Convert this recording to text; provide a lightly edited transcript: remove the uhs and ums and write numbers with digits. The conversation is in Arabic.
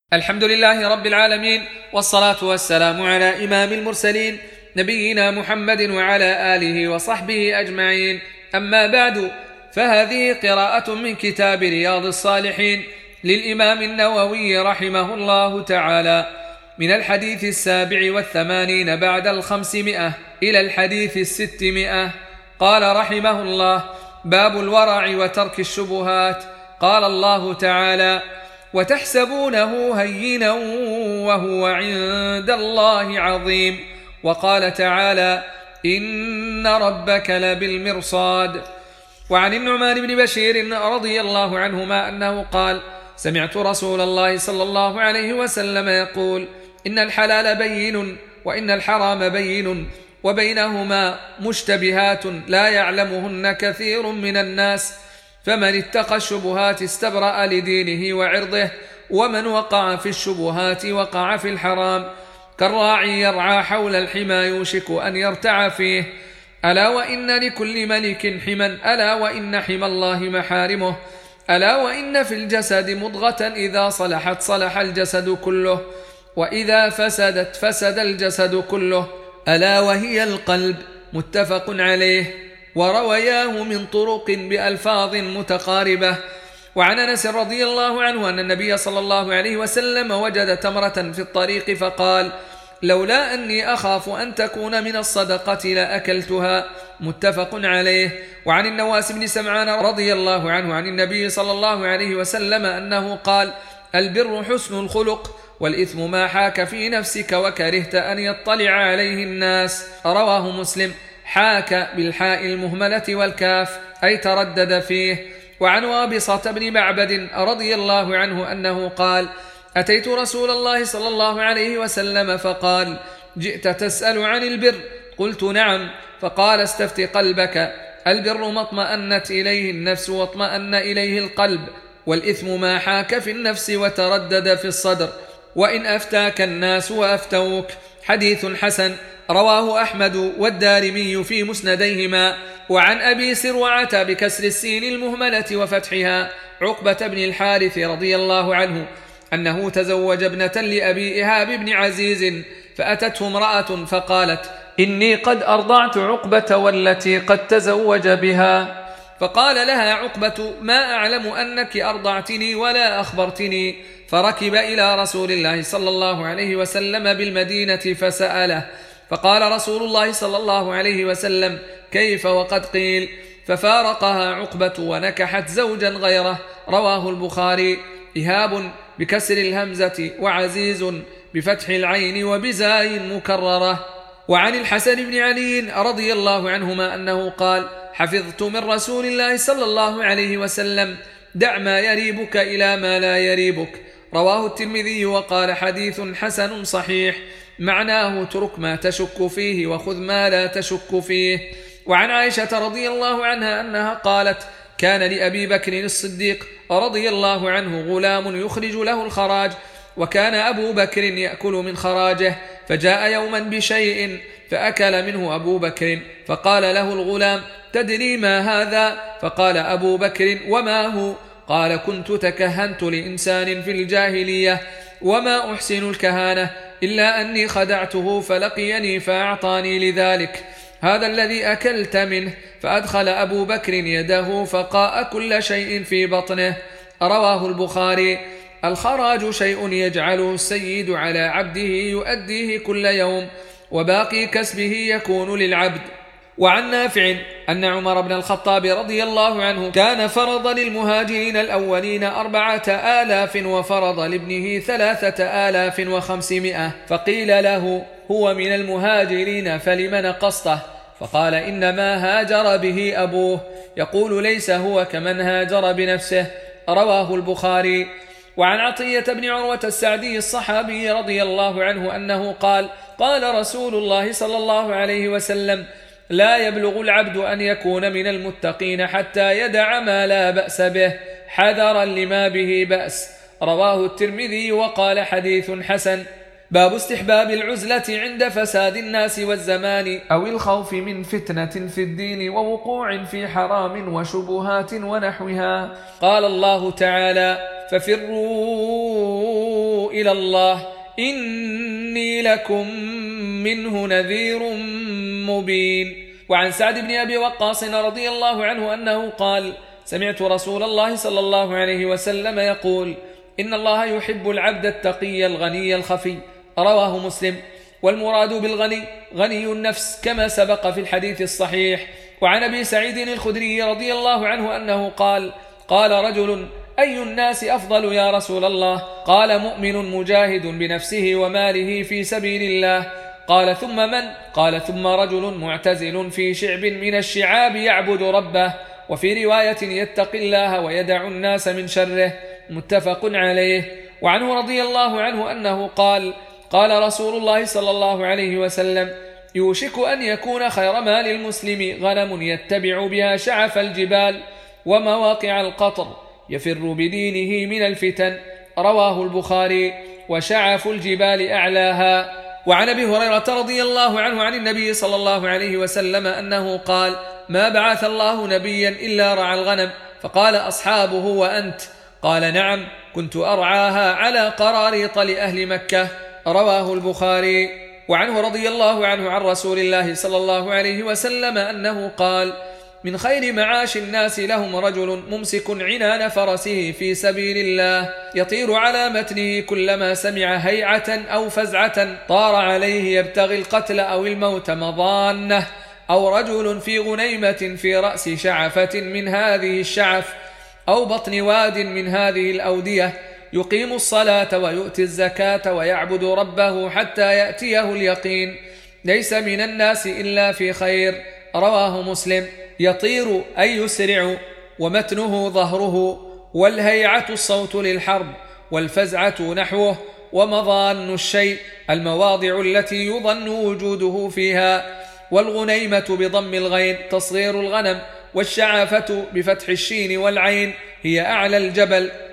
الحمد لله رب العالمين، والصلاة والسلام على إمام المرسلين نبينا محمد وعلى آله وصحبه أجمعين. أما بعد، فهذه قراءة من كتاب رياض الصالحين للإمام النووي رحمه الله تعالى، من الحديث 87 بعد 500 إلى الحديث 600. قال رحمه الله: باب الورع وترك الشبهات. قال الله تعالى: وتحسبونه هينا وهو عند الله عظيم. وقال تعالى: إن ربك لبالمرصاد. وعن النعمان بن بشير رضي الله عنهما أنه قال: سمعت رسول الله صلى الله عليه وسلم يقول: إن الحلال بين وإن الحرام بين وبينهما مشتبهات لا يعلمهن كثير من الناس، فمن اتقى الشبهات استبرأ لدينه وعرضه، ومن وقع في الشبهات وقع في الحرام، كالراعي يرعى حول الحمى يوشك أن يرتع فيه. ألا وإن لكل ملك حما، ألا وإن حمى الله محارمه، ألا وإن في الجسد مضغة إذا صلحت صلح الجسد كله، وإذا فسدت فسد الجسد كله، ألا وهي القلب. متفق عليه، وروياه من طرق بألفاظ متقاربة. وعن أنس رضي الله عنه أن النبي صلى الله عليه وسلم وجد تمرة في الطريق فقال: لولا أني أخاف أن تكون من الصدقة لأكلتها. متفق عليه. وعن النواس بن سمعان رضي الله عنه عن النبي صلى الله عليه وسلم أنه قال: البر حسن الخلق، والإثم ما حاك في نفسك وكرهت أن يطلع عليه الناس. رواه مسلم. حاك بالحاء المهملة والكاف، أي تردد فيه. وعن وابصة بن معبد رضي الله عنه أنه قال: أتيت رسول الله صلى الله عليه وسلم فقال: جئت تسأل عن البر؟ قلت: نعم. فقال: استفت قلبك، البر ما اطمأنت إليه النفس واطمأن إليه القلب، والإثم ما حاك في النفس وتردد في الصدر، وإن أفتاك الناس وأفتوك. حديث حسن. رواه أحمد والدارمي في مسنديهما. وعن أبي سروعة بكسر السين المهملة وفتحها عقبة بن الحارث رضي الله عنه أنه تزوج ابنة لأبي إيهاب بن عزيز، فأتته امرأة فقالت: إني قد أرضعت عقبة والتي قد تزوج بها. فقال لها عقبة: ما أعلم أنك أرضعتني ولا أخبرتني. فركب إلى رسول الله صلى الله عليه وسلم بالمدينة فسأله، فقال رسول الله صلى الله عليه وسلم: كيف وقد قيل؟ ففارقها عقبة ونكحت زوجا غيره. رواه البخاري. إيهاب بكسر الهمزة، وعزيز بفتح العين وبزاي مكررة. وعن الحسن بن علي رضي الله عنهما أنه قال: حفظت من رسول الله صلى الله عليه وسلم: دع ما يريبك إلى ما لا يريبك. رواه الترمذي وقال: حديث حسن صحيح. معناه: اترك ما تشك فيه وخذ ما لا تشك فيه. وعن عائشة رضي الله عنها أنها قالت: كان لأبي بكر الصديق رضي الله عنه غلام يخرج له الخراج، وكان أبو بكر يأكل من خراجه، فجاء يوما بشيء فأكل منه أبو بكر، فقال له الغلام: تدري ما هذا؟ فقال أبو بكر: وما هو؟ قال: كنت تكهنت لإنسان في الجاهلية، وما أحسن الكهانة إلا أني خدعته فلقيني فأعطاني لذلك. هذا الذي أكلت منه. فأدخل أبو بكر يده فقاء كل شيء في بطنه. رواه البخاري. الخراج شيء يجعله السيد على عبده يؤديه كل يوم، وباقي كسبه يكون للعبد. وعن نافع أن عمر بن الخطاب رضي الله عنه كان فرض للمهاجرين الأولين 4000 وفرض لابنه 3500. فقيل له: هو من المهاجرين فلم نقصته؟ فقال: إنما هاجر به أبوه. يقول: ليس هو كمن هاجر بنفسه. رواه البخاري. وعن عطية بن عروة السعدي الصحابي رضي الله عنه أنه قال: قال رسول الله صلى الله عليه وسلم: لا يبلغ العبد أن يكون من المتقين حتى يدع ما لا بأس به حذرا لما به بأس. رواه الترمذي وقال: حديث حسن. باب استحباب العزلة عند فساد الناس والزمان أو الخوف من فتنة في الدين ووقوع في حرام وشبهات ونحوها. قال الله تعالى: ففروا إلى الله إني لكم منه نذير مبين. وعن سعد بن أبي وقاص رضي الله عنه أنه قال: سمعت رسول الله صلى الله عليه وسلم يقول: إن الله يحب العبد التقي الغني الخفي. رواه مسلم. والمراد بالغني غني النفس كما سبق في الحديث الصحيح. وعن أبي سعيد الخدري رضي الله عنه أنه قال: قال رجل: أي الناس أفضل يا رسول الله؟ قال: مؤمن مجاهد بنفسه وماله في سبيل الله. قال: ثم من؟ قال: ثم رجل معتزل في شعب من الشعاب يعبد ربه، وفي رواية يتقي الله ويدع الناس من شره. متفق عليه. وعنه رضي الله عنه أنه قال: قال رسول الله صلى الله عليه وسلم: يوشك أن يكون خير مال المسلم غنم يتبع بها شعف الجبال ومواقع القطر يفر بدينه من الفتن. رواه البخاري. وشعف الجبال أعلاها. وعن أبي هريرة رضي الله عنه عن النبي صلى الله عليه وسلم أنه قال: ما بعث الله نبيا إلا رعى الغنم. فقال أصحابه: وأنت؟ قال: نعم، كنت أرعاها على قراريط لأهل مكة. رواه البخاري. وعنه رضي الله عنه عن رسول الله صلى الله عليه وسلم أنه قال: من خير معاش الناس لهم رجل ممسك عنان فرسه في سبيل الله يطير على متنه كلما سمع هيعة أو فزعة طار عليه يبتغي القتل أو الموت مضانة، أو رجل في غنيمة في رأس شعفة من هذه الشعف أو بطن واد من هذه الأودية يقيم الصلاة ويؤتي الزكاة ويعبد ربه حتى يأتيه اليقين، ليس من الناس إلا في خير. رواه مسلم. يطير أي يسرع، ومتنه ظهره، والهيعة الصوت للحرب، والفزعة نحوه، ومضان الشيء المواضع التي يظن وجوده فيها. والغنيمة بضم الغين تصغير الغنم، والشعافة بفتح الشين والعين هي أعلى الجبل